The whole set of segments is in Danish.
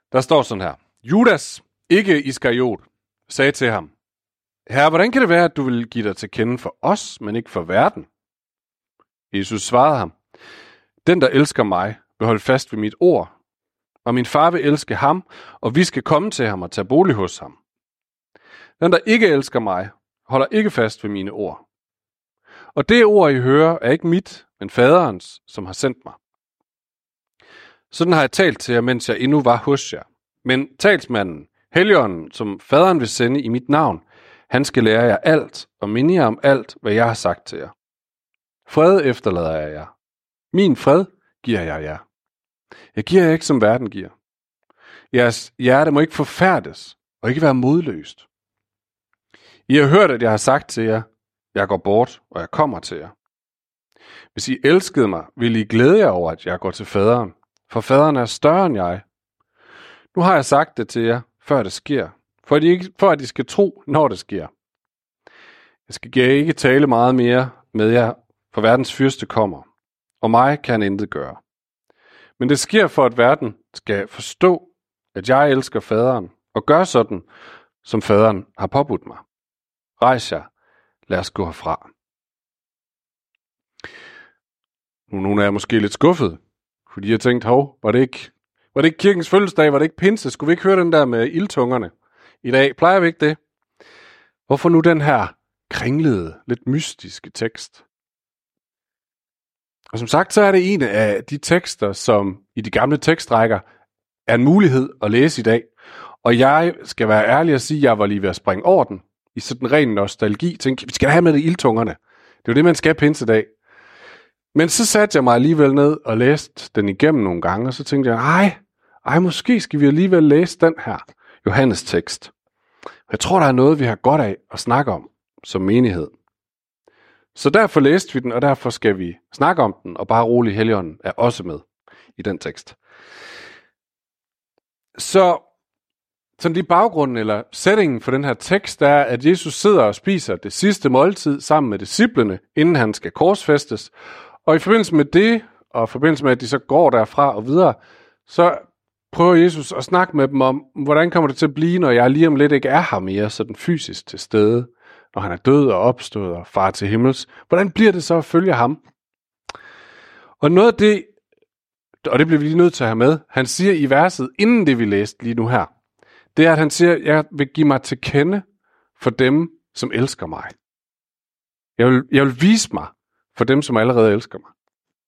Der står sådan her. Judas, ikke Iskariot, sagde til ham, Herre, hvordan kan det være, at du vil give dig til kende for os, men ikke for verden? Jesus svarede ham, den, der elsker mig, vil holde fast ved mit ord, og min far vil elske ham, og vi skal komme til ham og tage bolig hos ham. Den, der ikke elsker mig, holder ikke fast ved mine ord. Og det ord, I hører, er ikke mit, men faderens, som har sendt mig. Sådan har jeg talt til jer, mens jeg endnu var hos jer. Men talsmanden, Helligånden, som faderen vil sende i mit navn, han skal lære jer alt og minde jer om alt, hvad jeg har sagt til jer. Fred efterlader jeg jer. Min fred giver jeg jer. Jeg giver jer ikke, som verden giver. Jeres hjerte må ikke forfærdes og ikke være modløst. I har hørt, at jeg har sagt til jer, jeg går bort, og jeg kommer til jer. Hvis I elskede mig, ville I glæde jer over, at jeg går til faderen, for faderen er større end jeg. Nu har jeg sagt det til jer, før det sker, for at I skal tro, når det sker. Jeg skal ikke tale meget mere med jer, for verdens fyrste kommer, og mig kan han intet gøre. Men det sker for, at verden skal forstå, at jeg elsker faderen, og gør sådan, som faderen har påbudt mig. Rejs jer, lad os gå herfra. Nu nogle af jer måske lidt skuffet, fordi jeg tænkte, var det ikke kirkens fødselsdag, var det ikke pinse? Skulle vi ikke høre den der med ildtungerne i dag? Plejer vi ikke det? Hvorfor nu den her kringlede, lidt mystiske tekst? Og som sagt, så er det en af de tekster, som i de gamle tekstrækker er en mulighed at læse i dag. Og jeg skal være ærlig og sige, at jeg var lige ved at springe over den i sådan ren nostalgi. Tænkte, vi skal have med det ildtungerne. Det er jo det, man skal pinsedag. Men så satte jeg mig alligevel ned og læste den igennem nogle gange, og så tænkte jeg, måske skal vi alligevel læse den her Johannes tekst. Jeg tror, der er noget, vi har godt af at snakke om som menighed. Så derfor læste vi den, og derfor skal vi snakke om den, og bare rolig, Helligånden er også med i den tekst. Så sådan lige baggrunden eller settingen for den her tekst er, at Jesus sidder og spiser det sidste måltid sammen med disciplene, inden han skal korsfæstes. Og i forbindelse med det, og i forbindelse med, at de så går derfra og videre, så prøver Jesus at snakke med dem om, hvordan kommer det til at blive, når jeg lige om lidt ikke er her mere, sådan fysisk til stede, når han er død og opstået og far til himmels. Hvordan bliver det så at følge ham? Og noget af det, og det bliver vi lige nødt til at have med, han siger i verset, inden det vi læste lige nu her, det er, at han siger, jeg vil give mig til kende for dem, som elsker mig. Jeg vil vise mig for dem, som allerede elsker mig.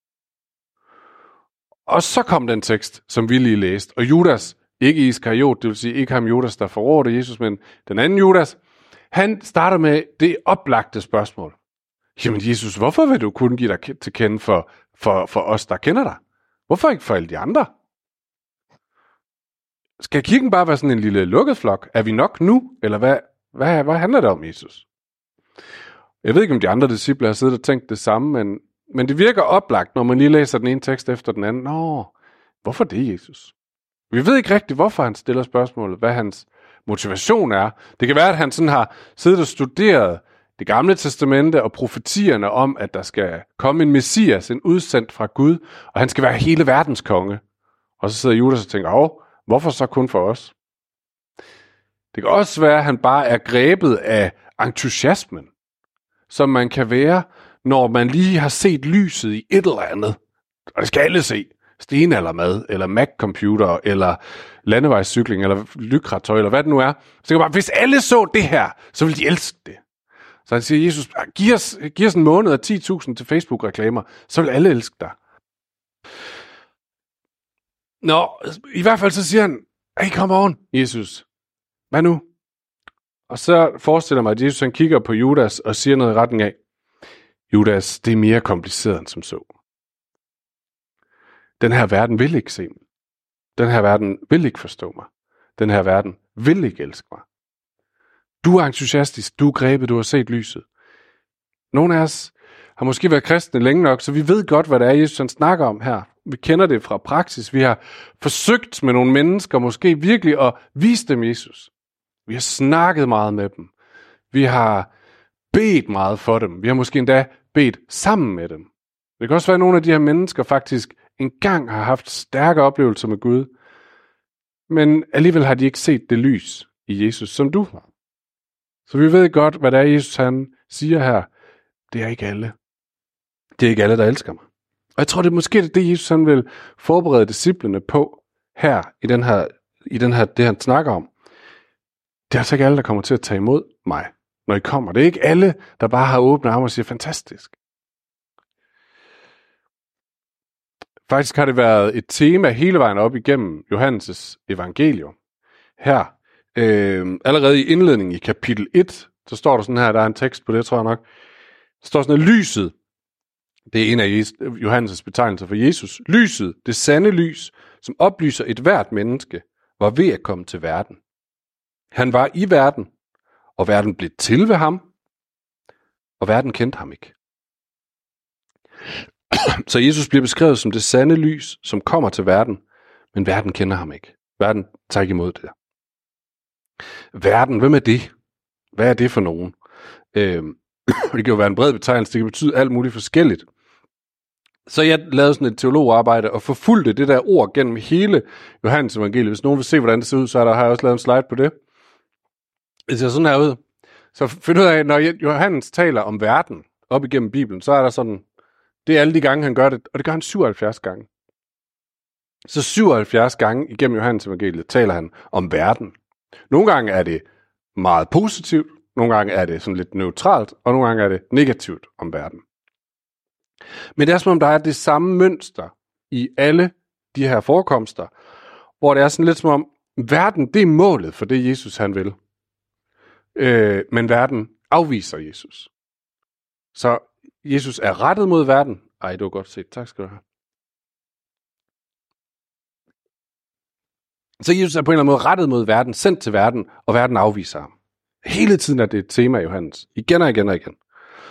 Og så kom den tekst, som vi lige læste. Og Judas, ikke Iskariot, det vil sige ikke ham Judas, der forrådte Jesus, men den anden Judas, han starter med det oplagte spørgsmål. Jamen Jesus, hvorfor vil du kun give dig til kende for os, der kender dig? Hvorfor ikke for alle de andre? Skal kirken bare være sådan en lille lukket flok? Er vi nok nu? Eller hvad handler det om, Jesus? Jeg ved ikke, om de andre disciple har siddet og tænkt det samme, men det virker oplagt, når man lige læser den ene tekst efter den anden. Hvorfor det, Jesus? Vi ved ikke rigtigt, hvorfor han stiller spørgsmålet, hvad hans motivation er. Det kan være, at han sådan har siddet og studeret det gamle testamente og profetierne om, at der skal komme en messias, en udsendt fra Gud, og han skal være hele verdens konge. Og så sidder Judas og tænker, hvorfor så kun for os? Det kan også være, at han bare er grebet af entusiasmen, som man kan være, når man lige har set lyset i et eller andet. Og det skal alle se. Stenaldermad, eller Mac-computer, eller landevejscykling, eller lykratøj, eller hvad det nu er. Så kan bare, hvis alle så det her, så vil de elske det. Så han siger, Jesus, giv os en måned af 10.000 til Facebook-reklamer, så vil alle elske dig. I hvert fald så siger han, hey, come on, Jesus. Hvad nu? Og så forestiller jeg mig, at Jesus han kigger på Judas og siger noget i retning af, Judas, det er mere kompliceret end som så. Den her verden vil ikke se mig. Den her verden vil ikke forstå mig. Den her verden vil ikke elske mig. Du er entusiastisk, du er grebet, du har set lyset. Nogle af os har måske været kristne længe nok, så vi ved godt, hvad det er, Jesus han snakker om her. Vi kender det fra praksis. Vi har forsøgt med nogle mennesker måske virkelig at vise dem Jesus. Vi har snakket meget med dem. Vi har bedt meget for dem. Vi har måske endda bedt sammen med dem. Det kan også være, at nogle af de her mennesker faktisk engang har haft stærke oplevelser med Gud. men alligevel har de ikke set det lys i Jesus, som du har. Så vi ved godt, hvad det er, Jesus han siger her. Det er ikke alle. Det er ikke alle, der elsker mig. Og jeg tror, det er måske det, Jesus han vil forberede disciplene på her, i det han snakker om. Det er altså ikke alle, der kommer til at tage imod mig, når I kommer. Det er ikke alle, der bare har åbnet arme og siger, fantastisk. Faktisk har det været et tema hele vejen op igennem Johannes' evangelium. Her, allerede i indledningen i kapitel 1, så står der sådan her, der er en tekst på det, tror jeg nok. Der står sådan, at lyset, det er en af Johannes' betegnelser for Jesus. Lyset, det sande lys, som oplyser et hvert menneske, var ved at komme til verden. Han var i verden, og verden blev til ved ham, og verden kendte ham ikke. Så Jesus bliver beskrevet som det sande lys, som kommer til verden, men verden kender ham ikke. Verden tager ikke imod det. Verden, hvem er det? Hvad er det for nogen? Det kan jo være en bred betegnelse, det kan betyde alt muligt forskelligt. Så jeg lavede sådan et teologarbejde og forfulgte det der ord gennem hele Johannes evangeliet. Hvis nogen vil se, hvordan det ser ud, så har jeg også lavet en slide på det. Det ser sådan her ud. Så find ud af, når Johannes taler om verden op igennem Bibelen, så er der sådan, det er alle de gange, han gør det, og det gør han 77 gange. Så 77 gange igennem Johannes evangeliet taler han om verden. Nogle gange er det meget positivt, nogle gange er det sådan lidt neutralt, og nogle gange er det negativt om verden. Men det er som om, der er det samme mønster i alle de her forekomster, hvor det er sådan lidt som om, verden, det er målet for det, Jesus han vil. Men verden afviser Jesus. Så Jesus er rettet mod verden. Ej, det var godt set. Tak skal du have. Så Jesus er på en eller anden måde rettet mod verden, sendt til verden, og verden afviser ham. Hele tiden er det et tema, Johannes. Igen og igen og igen.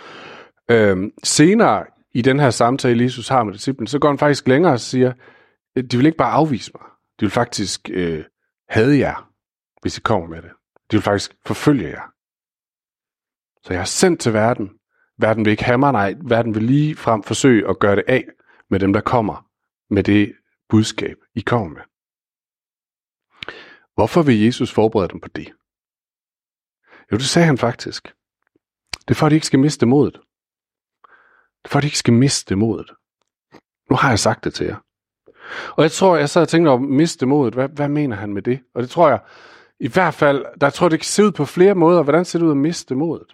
Senere i den her samtale, Jesus har med disciplen, så går han faktisk længere og siger, de vil ikke bare afvise mig. De vil faktisk hade jer, hvis I kommer med det. De vil faktisk forfølge jer. Så jeg er sendt til verden. Verden vil ikke have mig, nej. Verden vil lige frem forsøge at gøre det af med dem, der kommer med det budskab, I kommer med. Hvorfor vil Jesus forberede dem på det? Jo, det sagde han faktisk. Det er for, at de ikke skal miste modet. Det er for, at de ikke skal miste modet. Nu har jeg sagt det til jer. Og jeg tror, jeg sad og tænkte om miste modet. Hvad mener han med det? Og det tror jeg, i hvert fald, der tror jeg, det kan se ud på flere måder. Hvordan ser det ud at miste modet?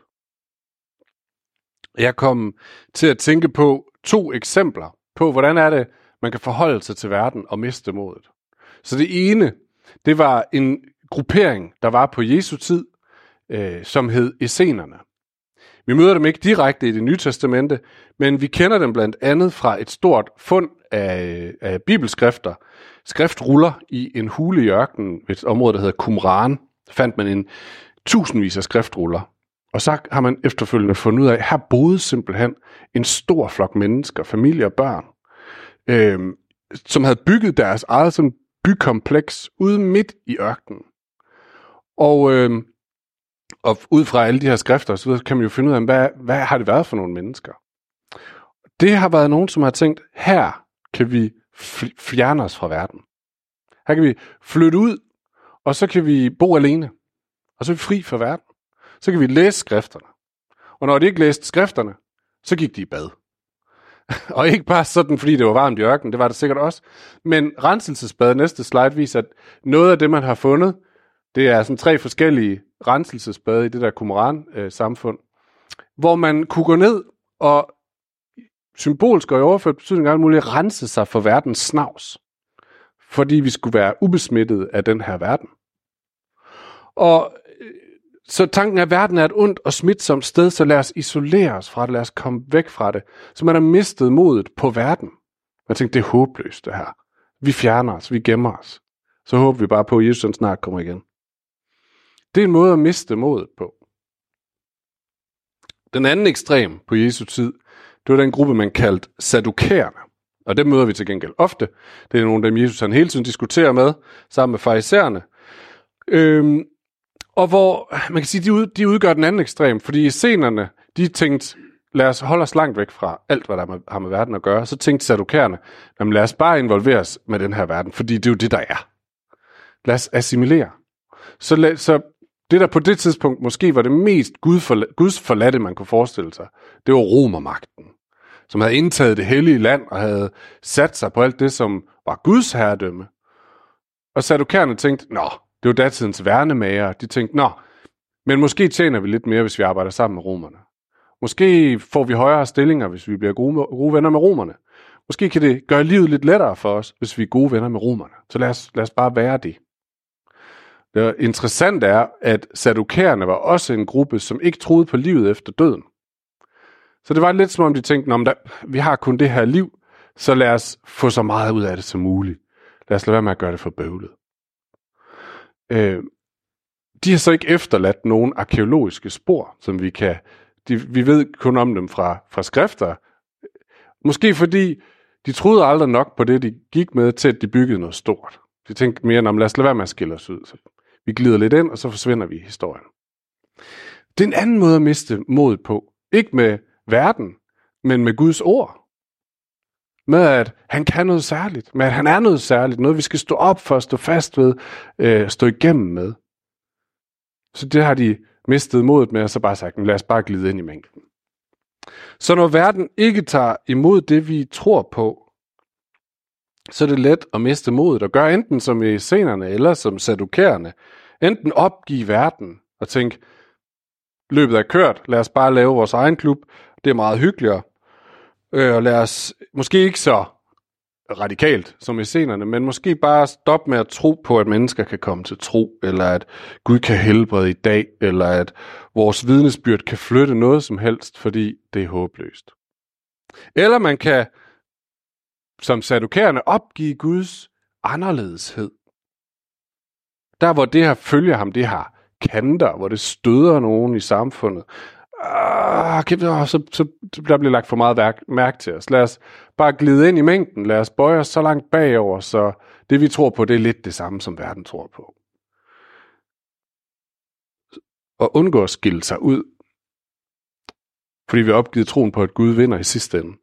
Jeg kom til at tænke på 2 eksempler på, hvordan er det, man kan forholde sig til verden og miste modet. Så det ene, det var en gruppering, der var på Jesu tid, som hed Essenerne. Vi møder dem ikke direkte i Det Nye Testamente, men vi kender dem blandt andet fra et stort fund af bibelskrifter, skriftruller i en hule i ørkenen, et område, der hedder Qumran. Der fandt man en tusindvis af skriftruller. Og så har man efterfølgende fundet ud af, at her boede simpelthen en stor flok mennesker, familier og børn, som havde bygget deres eget sådan bykompleks ude midt i ørkenen. Og ud fra alle de her skrifter, så kan man jo finde ud af, hvad har det været for nogle mennesker. Det har været nogen, som har tænkt, her kan vi fjerne os fra verden. Her kan vi flytte ud, og så kan vi bo alene. Og så er vi fri fra verden. Så kan vi læse skrifterne. Og når de ikke læste skrifterne, så gik de i bad. Og ikke bare sådan, fordi det var varmt i ørkenen, det var det sikkert også. Men renselsesbad, næste slide, viser, at noget af det, man har fundet, det er sådan 3 forskellige renselsesbade i det der Qumran-samfund, hvor man kunne gå ned og symbolsk og i overført betydning af muligt rense sig for verdens snavs. Fordi vi skulle være ubesmittet af den her verden. Og så tanken er, at verden er et ondt og smitsomt sted, så lad os isolere os fra det, lad os komme væk fra det. Så man har mistet modet på verden. Man tænker, det er håbløst det her. Vi fjerner os, vi gemmer os. Så håber vi bare på, at Jesus snart kommer igen. Det er en måde at miste modet på. Den anden ekstrem på Jesu tid, det var den gruppe, man kaldte Saddukæerne. Og det møder vi til gengæld ofte. Det er nogle af dem, Jesus han hele tiden diskuterer med, sammen med farisæerne. Og hvor, man kan sige, de udgør den anden ekstrem, fordi essenerne, de tænkte, lad os holde os langt væk fra alt, hvad der har med verden at gøre. Så tænkte Saddukæerne, lad os bare involvere os med den her verden, fordi det er jo det, der er. Lad os assimilere. Så det, der på det tidspunkt måske var det mest Guds forladte, man kunne forestille sig, det var romermagten, som havde indtaget det hellige land og havde sat sig på alt det, som var Guds herredømme. Og sadukærerne tænkte, det var datidens værnemager. De tænkte, men måske tjener vi lidt mere, hvis vi arbejder sammen med romerne. Måske får vi højere stillinger, hvis vi bliver gode venner med romerne. Måske kan det gøre livet lidt lettere for os, hvis vi er gode venner med romerne. Så lad os bare være det. Det interessante er, at sadukærerne var også en gruppe, som ikke troede på livet efter døden. Så det var lidt som om de tænkte, vi har kun det her liv, så lad os få så meget ud af det som muligt. Lad os lade være med at gøre det for bøvlet. De har så ikke efterladt nogen arkæologiske spor, som vi ved kun om dem fra skrifter. Måske fordi de troede aldrig nok på det, de gik med, til at de byggede noget stort. De tænkte mere om, lad os lade være med at skille os ud. Så vi glider lidt ind, og så forsvinder vi i historien. Det er en anden måde at miste mod på. Ikke med verden, men med Guds ord. Med at han kan noget særligt. Med at han er noget særligt. Noget vi skal stå op for, stå fast ved, stå igennem med. Så det har de mistet modet med, og så bare sagt, lad os bare glide ind i mængden. Så når verden ikke tager imod det, vi tror på, så er det let at miste modet og gøre enten som essenerne eller som sadukærerne. Enten opgive verden og tænke, løbet er kørt, lad os bare lave vores egen klub, det er meget hyggeligere. Og lad os måske ikke så radikalt som essenerne, men måske bare stoppe med at tro på, at mennesker kan komme til tro, eller at Gud kan helbrede i dag, eller at vores vidnesbyrd kan flytte noget som helst, fordi det er håbløst. Eller man kan, som sadukærerne, opgive Guds anderledeshed. Der, hvor det her følger ham, det har kanter, hvor det støder nogen i samfundet. Så der bliver lagt for meget mærke til os. Lad os bare glide ind i mængden. Lad os bøje os så langt bagover, så det vi tror på, det er lidt det samme, som verden tror på. Og undgå at skille sig ud. Fordi vi har opgivet troen på, at Gud vinder i sidste ende.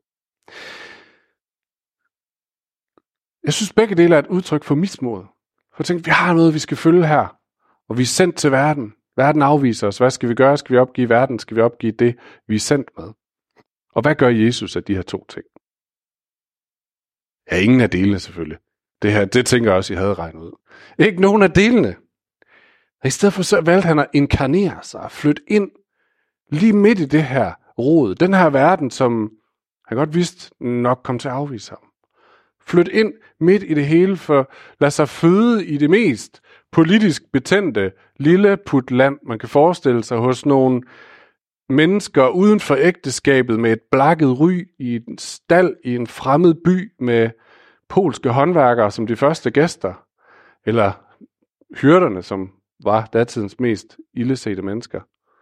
Jeg synes, begge dele er et udtryk for mismod. For at tænke, vi har noget, vi skal følge her. Og vi er sendt til verden. Verden afviser os. Hvad skal vi gøre? Skal vi opgive verden? Skal vi opgive det, vi er sendt med? Og hvad gør Jesus af de her to ting? Ja, ingen af delene selvfølgelig. Det tænker jeg også, I havde regnet ud. Ikke nogen af delene. Og i stedet for så valgte han at inkarnere sig, flytte ind lige midt i det her rod. Den her verden, som han godt vidste nok kom til at afvise ham. Flyt ind midt i det hele, for lad sig føde i det mest politisk betændte lille putland, man kan forestille sig hos nogle mennesker uden for ægteskabet med et blakket ry i en stald i en fremmed by med polske håndværkere som de første gæster, eller hyrderne, som var datidens mest ildesete mennesker.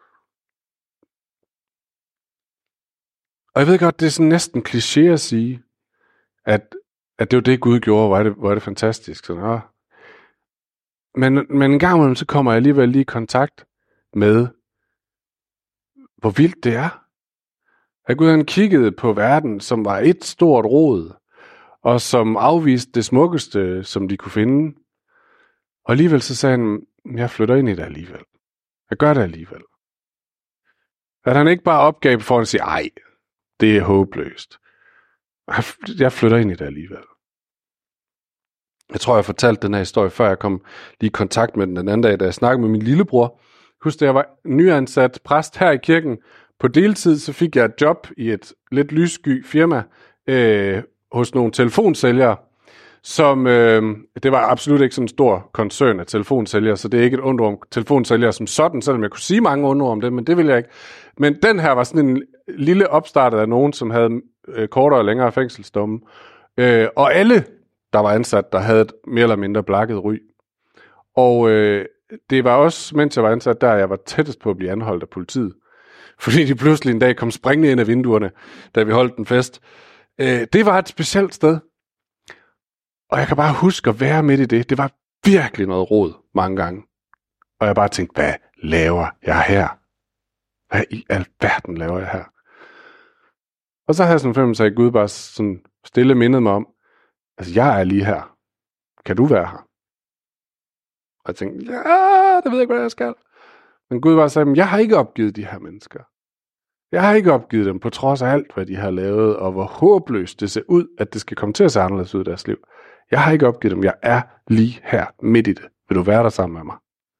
Og jeg ved godt, det er sådan næsten kliché at sige, at det var det, Gud gjorde, hvor er det fantastisk. Sådan, Men en gang imellem, så kommer jeg alligevel lige i kontakt med, hvor vildt det er. At Gud han kiggede på verden, som var et stort rod, og som afviste det smukkeste, som de kunne finde. Og alligevel så sagde han, jeg flytter ind i det alligevel. Jeg gør det alligevel. At han ikke bare opgav for at sige, ej, det er håbløst. Jeg flytter ind i det alligevel. Jeg tror, jeg fortalte den her historie, før jeg kom lige i kontakt med den anden dag, da jeg snakkede med min lillebror. Husk, da jeg var nyansat præst her i kirken på deltid, så fik jeg et job i et lidt lyssky firma hos nogle telefonsælgere, som det var absolut ikke sådan en stor koncern af telefonsælgere, så det er ikke et ondt om telefonsælgere som sådan, selvom jeg kunne sige mange ondt om det, men det vil jeg ikke. Men den her var sådan en lille opstartet af nogen, som havde kortere og længere fængselsdomme, og alle der var ansat, der havde et mere eller mindre blakket ry. Og det var også, mens jeg var ansat der, jeg var tættest på at blive anholdt af politiet. Fordi de pludselig en dag kom springende ind af vinduerne, da vi holdt en fest. Det var et specielt sted. Og jeg kan bare huske at være midt i det. Det var virkelig noget rod mange gange. Og jeg bare tænkte, hvad laver jeg her? Hvad i alverden laver jeg her? Og så havde jeg sådan fornemmelse af, at Gud bare sådan stille mindet mig om, altså, jeg er lige her. Kan du være her? jeg tænkte, ja, det ved jeg ikke, hvad jeg skal. Men Gud var sagde, jeg har ikke opgivet de her mennesker. Jeg har ikke opgivet dem, på trods af alt, hvad de har lavet, og hvor håbløst det ser ud, at det skal komme til at se anderledes ud i deres liv. Jeg har ikke opgivet dem. Jeg er lige her, midt i det. Vil du være der sammen med mig?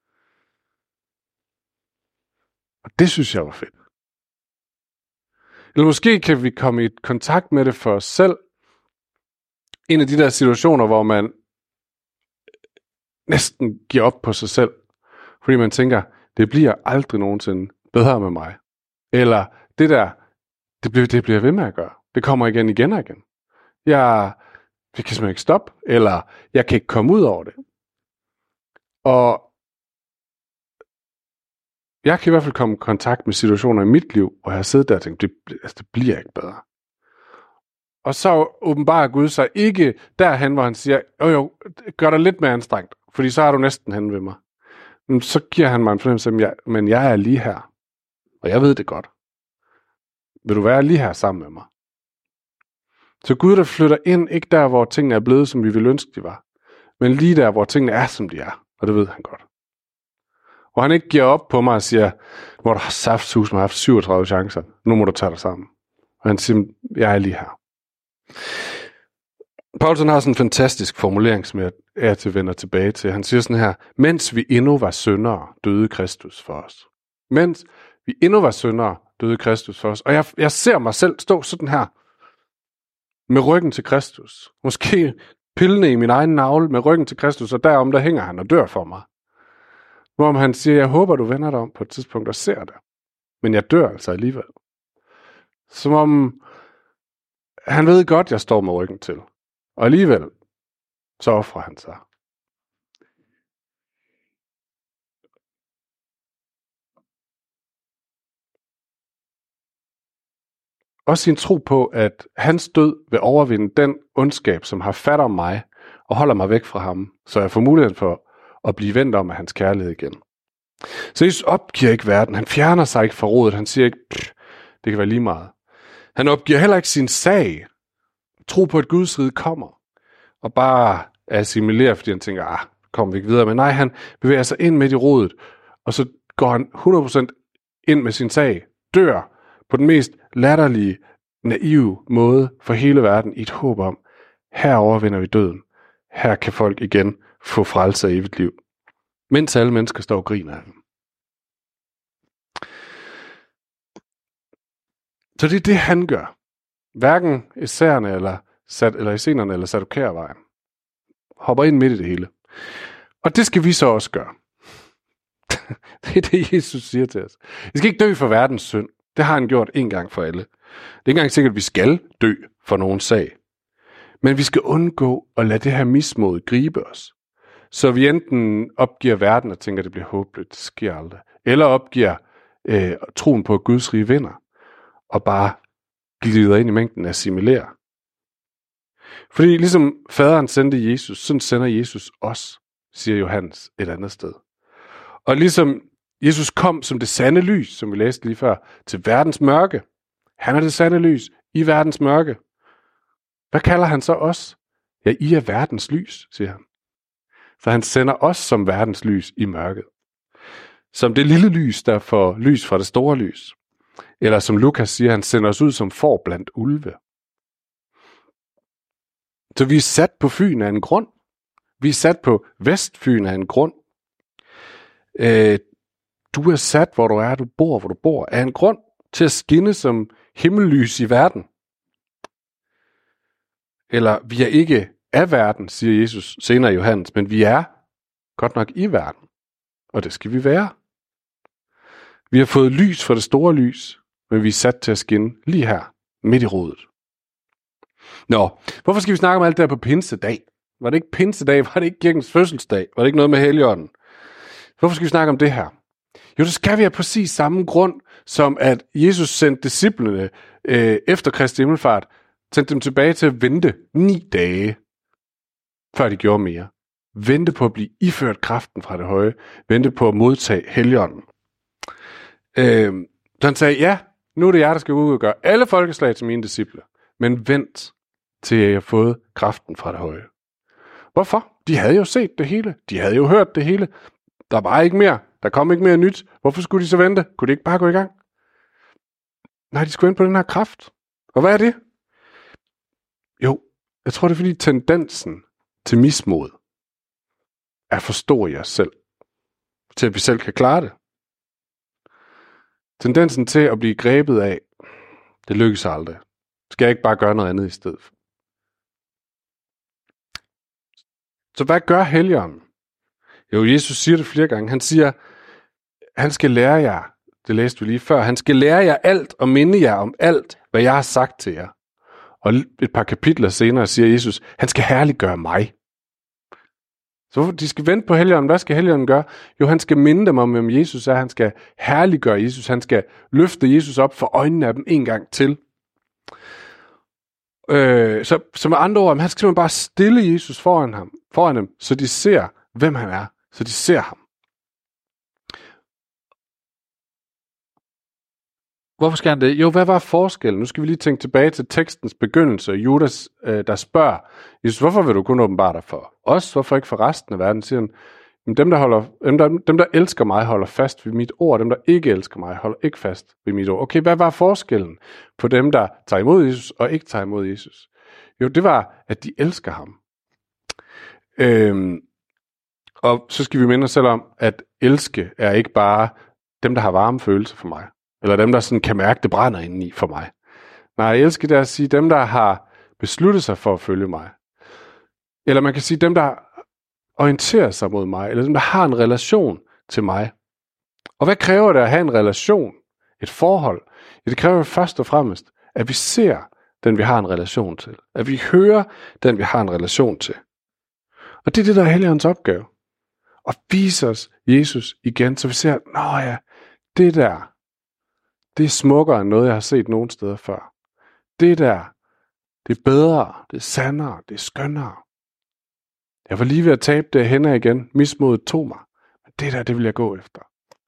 Og det synes jeg var fedt. Eller måske kan vi komme i kontakt med det for os selv. En af de der situationer, hvor man næsten giver op på sig selv. Fordi man tænker, det bliver aldrig nogensinde bedre med mig. Eller det der, det bliver jeg ved med at gøre. Det kommer igen og igen. Jeg kan simpelthen ikke stoppe. Eller jeg kan ikke komme ud over det. Og jeg kan i hvert fald komme i kontakt med situationer i mit liv, hvor jeg har siddet der og tænkt, det bliver ikke bedre. Og så åbenbarer Gud sig ikke derhen, hvor han siger, jo, gør dig lidt mere anstrengt, fordi så er du næsten hen ved mig. Men så giver han mig en fornemmelse af, men jeg er lige her, og jeg ved det godt. Vil du være lige her sammen med mig? Så Gud, der flytter ind, ikke der, hvor tingene er blevet, som vi ville ønske, de var, men lige der, hvor tingene er, som de er, og det ved han godt. Og han ikke giver op på mig og siger, hvor du har saftsus, har haft 37 chancer, nu må du tage dig sammen. Og han siger, jeg er lige her. Paulsen har sådan en fantastisk formulering, som jeg er til vender tilbage til. Han siger sådan her, mens vi endnu var syndere, døde Kristus for os. Mens vi endnu var syndere, døde Kristus for os. Og jeg ser mig selv stå sådan her, med ryggen til Kristus. Måske pillende i min egen navle, med ryggen til Kristus, og derom der hænger han og dør for mig. Hvorom han siger, jeg håber, du vender dig om på et tidspunkt og ser det. Men jeg dør altså alligevel. Som om han ved godt, jeg står med ryggen til. Og alligevel, så offrer han sig. Også sin tro på, at hans død vil overvinde den ondskab, som har fat om mig, og holder mig væk fra ham, så jeg får muligheden for at blive vendt om af hans kærlighed igen. Så Jesus opgiver ikke verden. Han fjerner sig ikke fra rodet. Han siger ikke, det kan være lige meget. Han opgiver heller ikke sin sag. Tro på, at Guds rige kommer. Og bare assimilerer, fordi han tænker, kommer vi ikke videre. Men nej, han bevæger sig ind midt i rodet. Og så går han 100% ind med sin sag. Dør på den mest latterlige, naive måde for hele verden i et håb om, her overvinder vi døden. Her kan folk igen få frelse af evigt liv. Mens alle mennesker står og griner af dem. Så det er det, han gør. Hverken esserne eller essenerne eller sadukærvejen. Hopper ind midt i det hele. Og det skal vi så også gøre. Det er det, Jesus siger til os. Vi skal ikke dø for verdens synd. Det har han gjort en gang for alle. Det er ikke engang sikkert, at vi skal dø for nogen sag. Men vi skal undgå at lade det her mismod gribe os. Så vi enten opgiver verden og tænker, at det bliver håbløst, det sker aldrig. Eller opgiver troen på, at Guds rige vinder. Og bare glider ind i mængden af assimilerer. Fordi ligesom faderen sendte Jesus, sådan sender Jesus os, siger Johannes et andet sted. Og ligesom Jesus kom som det sande lys, som vi læste lige før, til verdens mørke. Han er det sande lys i verdens mørke. Hvad kalder han så os? Ja, I er verdens lys, siger han. Så han sender os som verdens lys i mørket. Som det lille lys, der får lys fra det store lys. Eller som Lukas siger, han sender os ud som får blandt ulve. Så vi er sat på Fyn af en grund. Vi er sat på Vestfyn af en grund. Du er sat, hvor du er, du bor, af en grund til at skinne som himmellys i verden. Eller vi er ikke af verden, siger Jesus senere i Johannes, men vi er godt nok i verden. Og det skal vi være. Vi har fået lys fra det store lys, men vi er sat til at skinne lige her, midt i rodet. Nå, hvorfor skal vi snakke om alt det her på pinsedag? Var det ikke pinsedag? Var det ikke kirkens fødselsdag? Var det ikke noget med Helligånden? Hvorfor skal vi snakke om det her? Jo, det skal vi af præcis samme grund, som at Jesus sendte disciplene efter Kristi himmelfart, sendte dem tilbage til at vente 9 dage, før de gjorde mere. Vente på at blive iført kraften fra det høje. Vente på at modtage Helligånden. Så han sagde, ja, nu er det jer, der skal ud og gøre alle folkeslag til mine disciple. Men vent til jeg har fået kraften fra det høje. Hvorfor? De havde jo set det hele. De havde jo hørt det hele. Der var ikke mere. Der kom ikke mere nyt. Hvorfor skulle de så vente? Kunne de ikke bare gå i gang? Nej, de skulle vente på den her kraft. Og hvad er det? Jo, jeg tror, det er fordi tendensen til mismod er for stor i os selv. Til at vi selv kan klare det. Tendensen til at blive grebet af, det lykkes aldrig. Skal jeg ikke bare gøre noget andet i stedet for? Så hvad gør Helligånden? Jo, Jesus siger det flere gange. Han siger, han skal lære jer, det læste vi lige før, han skal lære jer alt og minde jer om alt, hvad jeg har sagt til jer. Og et par kapitler senere siger Jesus, han skal herliggøre mig. Så de skal vente på Helligånden. Hvad skal Helligånden gøre? Jo, han skal minde dem om, hvem Jesus er. Han skal herliggøre Jesus. Han skal løfte Jesus op for øjnene af dem en gang til. Så med andre ord, han skal simpelthen bare stille Jesus foran dem, så de ser, hvem han er. Så de ser ham. Hvorfor skal han det? Jo, hvad var forskellen? Nu skal vi lige tænke tilbage til tekstens begyndelse. Judas, der spørger, Jesus, hvorfor vil du kun åbenbare dig for os? Hvorfor ikke for resten af verden? Siger han, dem, der elsker mig, holder fast ved mit ord. Dem, der ikke elsker mig, holder ikke fast ved mit ord. Okay, hvad var forskellen på dem, der tager imod Jesus og ikke tager imod Jesus? Jo, det var, at de elsker ham. Og så skal vi minde os selv om, at elske er ikke bare dem, der har varme følelser for mig. Eller dem, der sådan kan mærke, det brænder indeni for mig. Nej, elske det er at sige dem, der har besluttet sig for at følge mig. Eller man kan sige dem, der orienterer sig mod mig. Eller dem, der har en relation til mig. Og hvad kræver det at have en relation? Et forhold? Ja, det kræver først og fremmest, at vi ser den, vi har en relation til. At vi hører den, vi har en relation til. Og det er det, der er Helligåndens opgave. At vise os Jesus igen, så vi ser, nå ja, det der, det er smukkere end noget, jeg har set nogen steder før. Det der, det er bedre, det er sandere, det er skønnere. Jeg var lige ved at tabe det hen igen. Mismodet tog mig. Men det der, det vil jeg gå efter.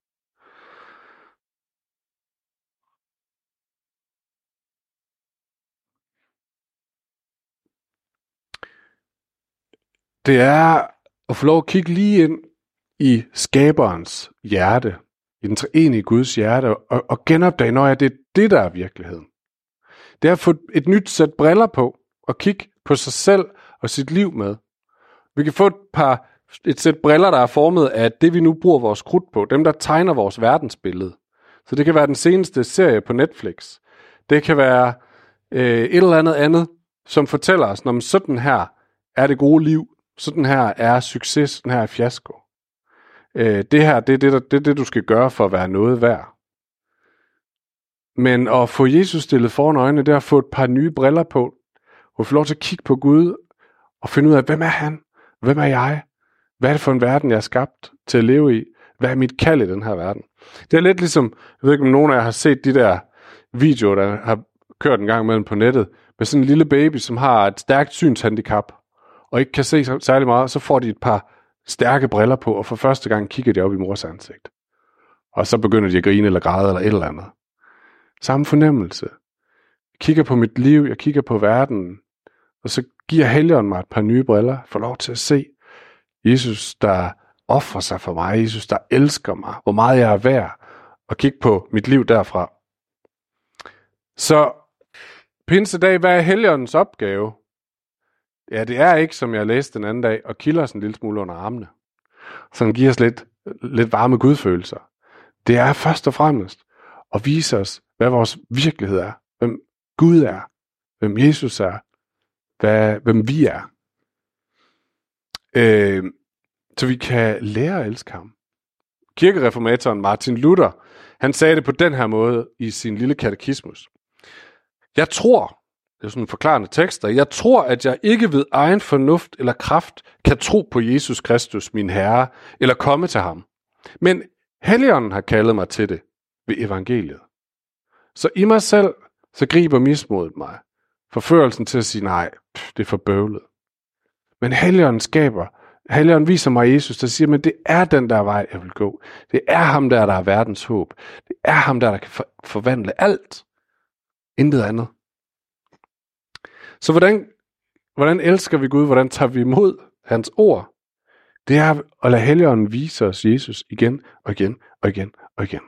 Det er at få lov at kigge lige ind i skaberens hjerte, i den treenige Guds hjerte, og genopdage, når det er det, der er virkeligheden. Det er at få et nyt sæt briller på, og kigge på sig selv og sit liv med. Vi kan få et sæt briller, der er formet af det, vi nu bruger vores krudt på, dem, der tegner vores verdensbillede. Så det kan være den seneste serie på Netflix. Det kan være et eller andet, som fortæller os, når sådan her er det gode liv, sådan her er succes, sådan her er fiasko. Det her, det er det, du skal gøre for at være noget værd. Men at få Jesus stillet foran øjnene, det er at få et par nye briller på, og få lov til at kigge på Gud, og finde ud af, hvem er han? Hvem er jeg? Hvad er det for en verden, jeg er skabt til at leve i? Hvad er mit kald i den her verden? Det er lidt ligesom, jeg ved ikke, om nogen af jer har set de der videoer, der har kørt en gang imellem på nettet, med sådan en lille baby, som har et stærkt synshandicap, og ikke kan se særlig meget, så får de et par stærke briller på, og for første gang kigger de op i mors ansigt. Og så begynder de at grine eller græde eller et eller andet. Samme fornemmelse. Jeg kigger på mit liv, jeg kigger på verden, og så giver Helligånden mig et par nye briller, får lov til at se Jesus, der ofrer sig for mig, Jesus, der elsker mig, hvor meget jeg er værd, og kigge på mit liv derfra. Så pinsedag, hvad er Helligåndens opgave? Ja, det er ikke, som jeg læste den anden dag, at kilde os en lille smule under armene. Så den giver os lidt varme gudfølelser. Det er først og fremmest at vise os, hvad vores virkelighed er. Hvem Gud er. Hvem Jesus er. Hvem vi er. Så vi kan lære at elske ham. Kirkereformatoren Martin Luther, han sagde det på den her måde i sin lille katekismus. Jeg tror, det er sådan en forklarende tekster, jeg tror, at jeg ikke ved egen fornuft eller kraft kan tro på Jesus Kristus, min Herre, eller komme til ham. Men Helligånden har kaldet mig til det ved evangeliet. Så i mig selv, så griber mismodet mig. Forførelsen til at sige, nej, det er for bøvlet. Men Helligånden viser mig Jesus, der siger, men det er den der vej, jeg vil gå. Det er ham der er verdens håb. Det er ham der kan forvandle alt. Intet andet. Så hvordan elsker vi Gud? Hvordan tager vi imod hans ord, det er at lade Helligånden vise os Jesus igen og igen og igen og igen.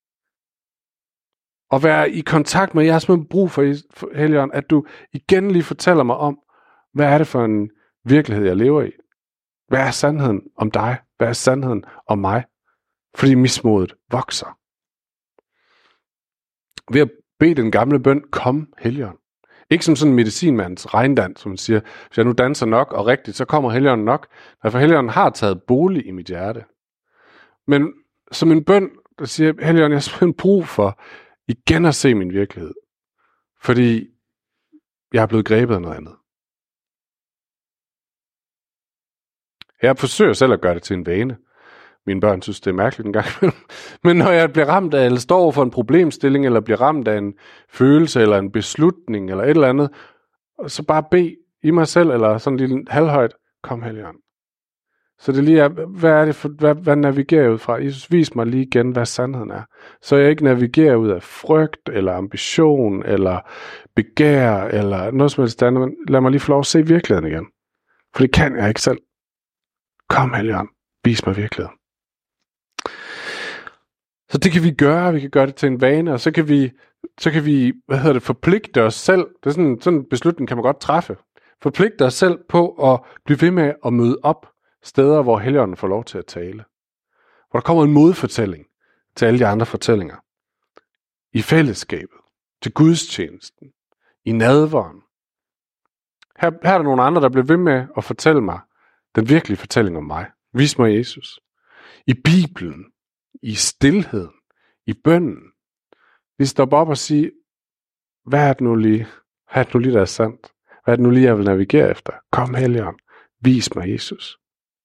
Og være i kontakt med, jeg har simpelthen brug for Helligånden, at du igen lige fortæller mig om, hvad er det for en virkelighed, jeg lever i? Hvad er sandheden om dig? Hvad er sandheden om mig? Fordi mismodet vokser. Ved at bede den gamle bøn, kom Helligånd. Ikke som sådan en medicinmands regndans, som man siger, hvis jeg nu danser nok og rigtigt, så kommer Helligånden nok. For Helligånden har taget bolig i mit hjerte. Men som en bøn, der siger, Helligånden, jeg har simpelthen brug for igen at se min virkelighed. Fordi jeg er blevet grebet af noget andet. Jeg forsøger selv at gøre det til en vane. Mine børn synes, det er mærkeligt en gang. Men når jeg bliver ramt af, eller står over for en problemstilling, eller bliver ramt af en følelse, eller en beslutning, eller et eller andet, så bare bed i mig selv, eller sådan lidt halvhøjt, kom Helligånd. Så det lige er, hvad er det for, hvad navigerer jeg ud fra? Jesus, vis mig lige igen, hvad sandheden er. Så jeg ikke navigerer ud af frygt, eller ambition, eller begær, eller noget som helst andet, men lad mig lige få lov at se virkeligheden igen. For det kan jeg ikke selv. Kom Helligånd, vis mig virkeligheden. Så det kan vi gøre det til en vane, og så kan vi forpligte os selv. Det er sådan en beslutning kan man godt træffe. Forpligte os selv på at blive ved med at møde op steder, hvor Helligånden får lov til at tale. Hvor der kommer en modfortælling til alle de andre fortællinger. I fællesskabet, til gudstjenesten, i nadveren. Her er der nogle andre, der bliver ved med at fortælle mig den virkelige fortælling om mig. Vis mig Jesus. I Bibelen, i stilheden, i bønnen. Vi stopper op og siger, hvad er det nu lige? Hvad er det nu lige, der er sandt? Hvad er det nu lige, jeg vil navigere efter? Kom Helligånd, vis mig Jesus.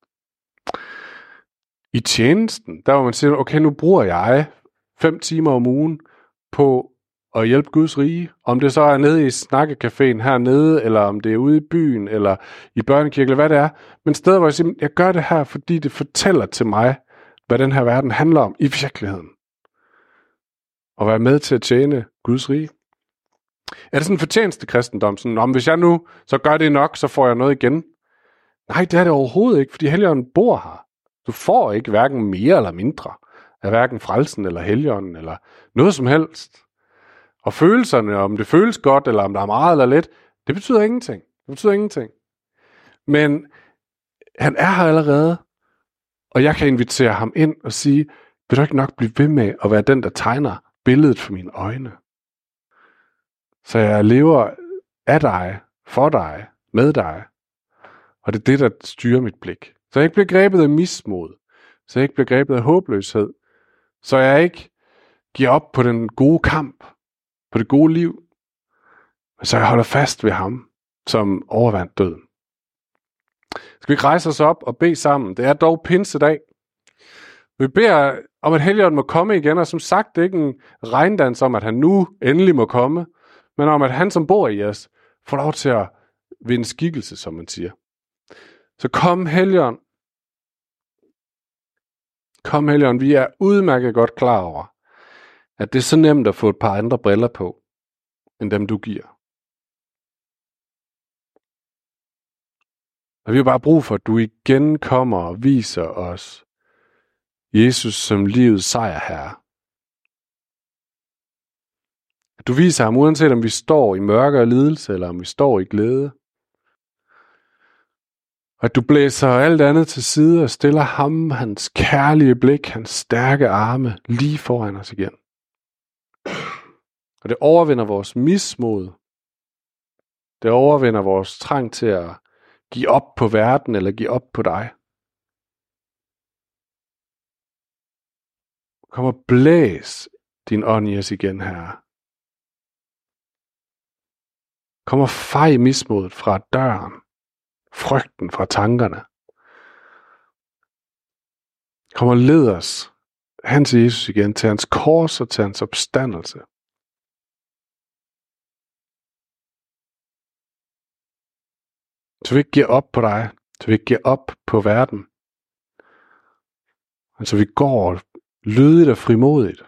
I tjenesten, der hvor man siger, okay, nu bruger jeg 5 timer om ugen på at hjælpe Guds rige. Om det så er nede i snakkecaféen hernede, eller om det er ude i byen, eller i børnekirke, eller hvad det er. Men steder, hvor jeg siger, jeg gør det her, fordi det fortæller til mig, hvad den her verden handler om i virkeligheden. Og være med til at tjene Guds rige. Er det sådan en fortjeneste kristendom? Sådan, om hvis jeg nu så gør det nok, så får jeg noget igen. Nej, det er det overhovedet ikke, fordi Helligånden bor her. Du får ikke hverken mere eller mindre af hverken frelsen eller Helligånden eller noget som helst. Og følelserne, om det føles godt, eller om der er meget eller lidt, det betyder ingenting. Det betyder ingenting. Men han er her allerede, og jeg kan invitere ham ind og sige, vil du ikke nok blive ved med at være den, der tegner billedet for mine øjne? Så jeg lever af dig, for dig, med dig. Og det er det, der styrer mit blik. Så jeg ikke bliver grebet af mismod. Så jeg ikke bliver grebet af håbløshed. Så jeg ikke giver op på den gode kamp. På det gode liv. Så jeg holder fast ved ham, som overvandt døden. Skal vi ikke rejse os op og bede sammen? Det er dog pinsedag. Vi beder om, at Helligånden må komme igen, og som sagt, det er ikke en regndans om, at han nu endelig må komme, men om, at han, som bor i os, får lov til at vinde skikkelse, som man siger. Så kom Helligånd. Kom Helligånd, vi er udmærket godt klar over, at det er så nemt at få et par andre briller på, end dem du giver. Og vi har bare brug for, at du igen kommer og viser os Jesus som livets sejrherre. At du viser ham, uanset om vi står i mørke og lidelse, eller om vi står i glæde. Og at du blæser alt andet til side og stiller ham, hans kærlige blik, hans stærke arme lige foran os igen. Og det overvinder vores mismod. Det overvinder vores trang til at give op på verden eller give op på dig. Kom og blæs din ånd i os igen, Herre. Kom og fej mismodet fra døren. Frygten fra tankerne. Kom og led os hen til Jesus igen, til hans kors og til hans opstandelse. Så vi ikke giver op på dig, så vi ikke giver op på verden. Men så vi går lydigt og frimodigt.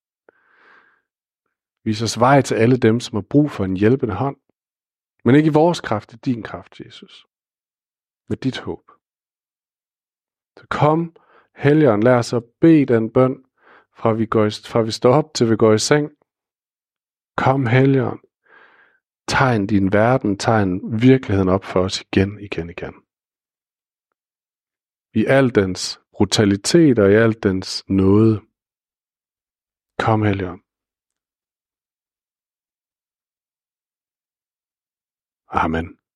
Vis os vej til alle dem, som har brug for en hjælpende hånd. Men ikke i vores kraft, i din kraft, Jesus. med dit håb. Så kom, Helligånd, lad os at bede den bøn, fra vi står op til vi går i seng. Kom, Helligånd, tegn din verden, tegn virkeligheden op for os igen. I al dens brutalitet og i al dens nåde. Kom, Helligånd. Amen.